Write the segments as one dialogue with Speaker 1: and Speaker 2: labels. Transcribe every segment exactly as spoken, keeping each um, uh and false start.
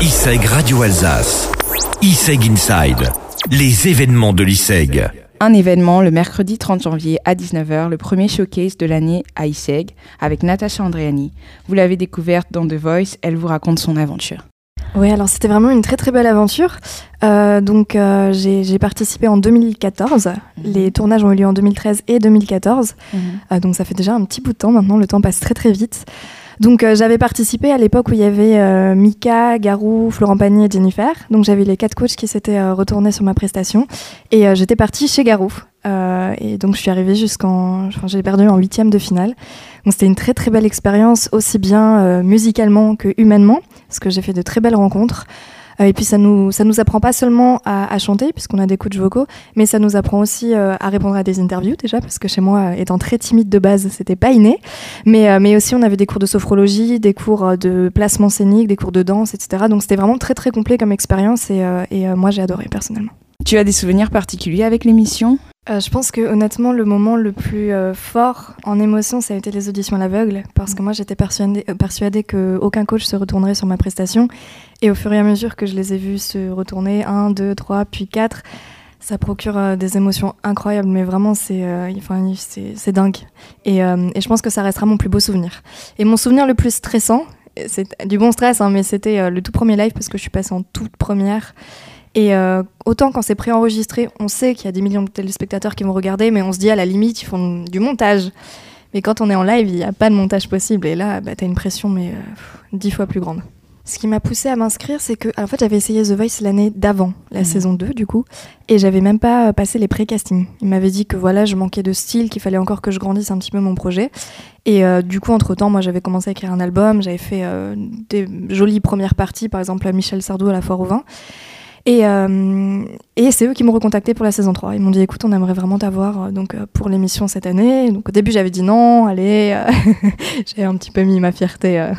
Speaker 1: I S E G Radio Alsace. I S E G Inside. Les événements de l'I S E G.
Speaker 2: Un événement le mercredi trente janvier à dix-neuf heures, le premier showcase de l'année à I S E G avec Natacha Andreani. Vous l'avez découverte dans The Voice, elle vous raconte son aventure.
Speaker 3: Oui, alors c'était vraiment une très très belle aventure. Euh, donc euh, j'ai, j'ai participé en deux mille quatorze. Mmh. Les tournages ont eu lieu en deux mille treize et deux mille quatorze. Mmh. Euh, donc ça fait déjà un petit bout de temps maintenant, le temps passe très très vite. Donc euh, j'avais participé à l'époque où il y avait euh, Mika, Garou, Florent Pagny et Jennifer. Donc j'avais les quatre coachs qui s'étaient euh, retournés sur ma prestation. Et euh, j'étais partie chez Garou. Euh, et donc je suis arrivée jusqu'en... Enfin, j'ai perdu en huitième de finale. Donc c'était une très très belle expérience, aussi bien euh, musicalement que humainement, parce que j'ai fait de très belles rencontres. Euh, et puis ça nous ça nous apprend pas seulement à, à chanter, puisqu'on a des coachs vocaux, mais ça nous apprend aussi euh, à répondre à des interviews déjà, parce que chez moi, étant très timide de base, c'était pas inné. Mais, euh, mais aussi on avait des cours de sophrologie, des cours de placement scénique, des cours de danse, et cetera. Donc c'était vraiment très très complet comme expérience et, euh, et euh, moi j'ai adoré personnellement.
Speaker 2: Tu as des souvenirs particuliers avec l'émission ?
Speaker 3: Euh, je pense que honnêtement le moment le plus euh, fort en émotion ça a été les auditions à l'aveugle, parce que moi j'étais persuadée, euh, persuadée qu'aucun coach se retournerait sur ma prestation, et au fur et à mesure que je les ai vus se retourner, un, deux, trois, puis quatre, ça procure euh, des émotions incroyables, mais vraiment c'est, euh, enfin, c'est, c'est dingue, et, euh, et je pense que ça restera mon plus beau souvenir. Et mon souvenir le plus stressant, c'est du bon stress hein, mais c'était euh, le tout premier live, parce que je suis passée en toute première. Et euh, autant quand c'est préenregistré, on sait qu'il y a des millions de téléspectateurs qui vont regarder, mais on se dit à la limite, ils font du montage. Mais quand on est en live, il n'y a pas de montage possible. Et là, bah, t'as une pression, mais euh, dix fois plus grande. Ce qui m'a poussée à m'inscrire, c'est que en fait, j'avais essayé The Voice l'année d'avant, la mmh. saison deux du coup, et j'avais même pas passé les pré-castings. Il m'avait dit que voilà, je manquais de style, qu'il fallait encore que je grandisse un petit peu mon projet. Et euh, du coup, entre-temps, moi, j'avais commencé à écrire un album, j'avais fait euh, des jolies premières parties, par exemple à Michel Sardou à la Foire au Vin. Et, euh, et c'est eux qui m'ont recontacté pour la saison trois. Ils m'ont dit écoute, on aimerait vraiment t'avoir donc, pour l'émission cette année. Donc au début j'avais dit non, allez, euh, j'ai un petit peu mis ma fierté euh,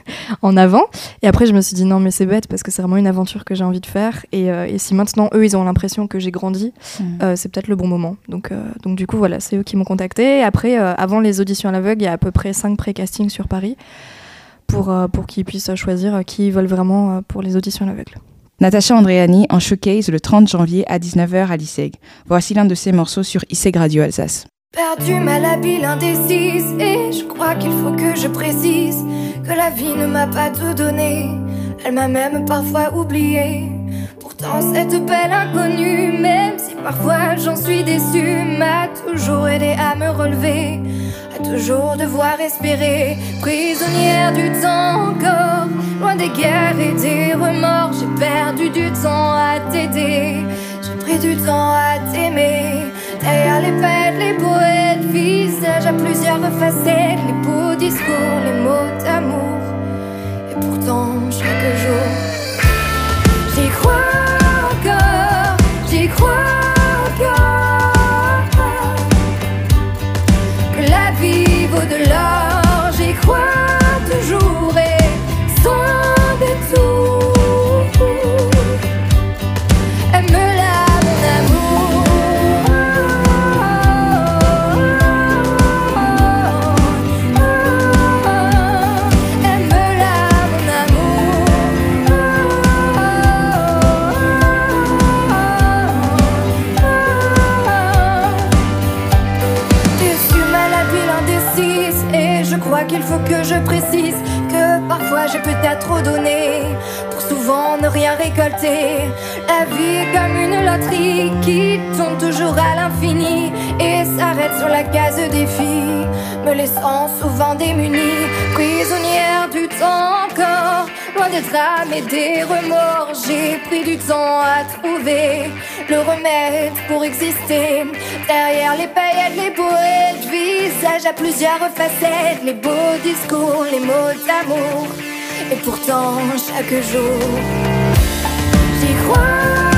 Speaker 3: en avant. Et après je me suis dit non mais c'est bête, parce que c'est vraiment une aventure que j'ai envie de faire. Et, euh, et si maintenant eux ils ont l'impression que j'ai grandi, mmh. euh, c'est peut-être le bon moment. Donc, euh, donc du coup voilà, c'est eux qui m'ont contacté. Après, euh, avant les auditions à l'aveugle, il y a à peu près cinq pré-castings sur Paris pour, euh, pour qu'ils puissent choisir qui ils veulent vraiment euh, pour les auditions à l'aveugle.
Speaker 2: Natacha Andreani en showcase le trente janvier à dix-neuf heures à l'I S E G. Voici l'un de ses morceaux sur I S E G Radio Alsace.
Speaker 4: Perdu, malhabile, indécise, et je crois qu'il faut que je précise que la vie ne m'a pas tout donné, elle m'a même parfois oublié. Pourtant cette belle inconnue, même si parfois j'en suis déçue, m'a toujours aidé à me relever, à toujours devoir espérer. Prisonnière du temps encore, loin des guerres et des remords, j'ai perdu du temps à t'aider, j'ai pris du temps à t'aimer. Derrière les bêtes, les poètes, visage à plusieurs facettes, les beaux discours, les mots d'amour. Et pourtant chaque jour j'y crois encore, j'y crois encore, que la vie vaut de l'or, j'y crois toujours et sans détour. Aime-la mon amour, aime-la mon amour. Déçue, malhabile, indécise, et je crois qu'il faut que je précise que parfois j'ai peut-être trop donné pour souvent ne rien récolter. La vie est comme une loterie qui tombe toujours à l'infini et s'arrête sur la case défi, me laissant souvent démunie. Prisonnière du temps encore, loin des drames et des remords, j'ai pris du temps à trouver le remède pour exister. Derrière les paillettes, les poètes, visage à plusieurs facettes, les beaux discours, les mots d'amour. Et pourtant chaque jour j'y crois.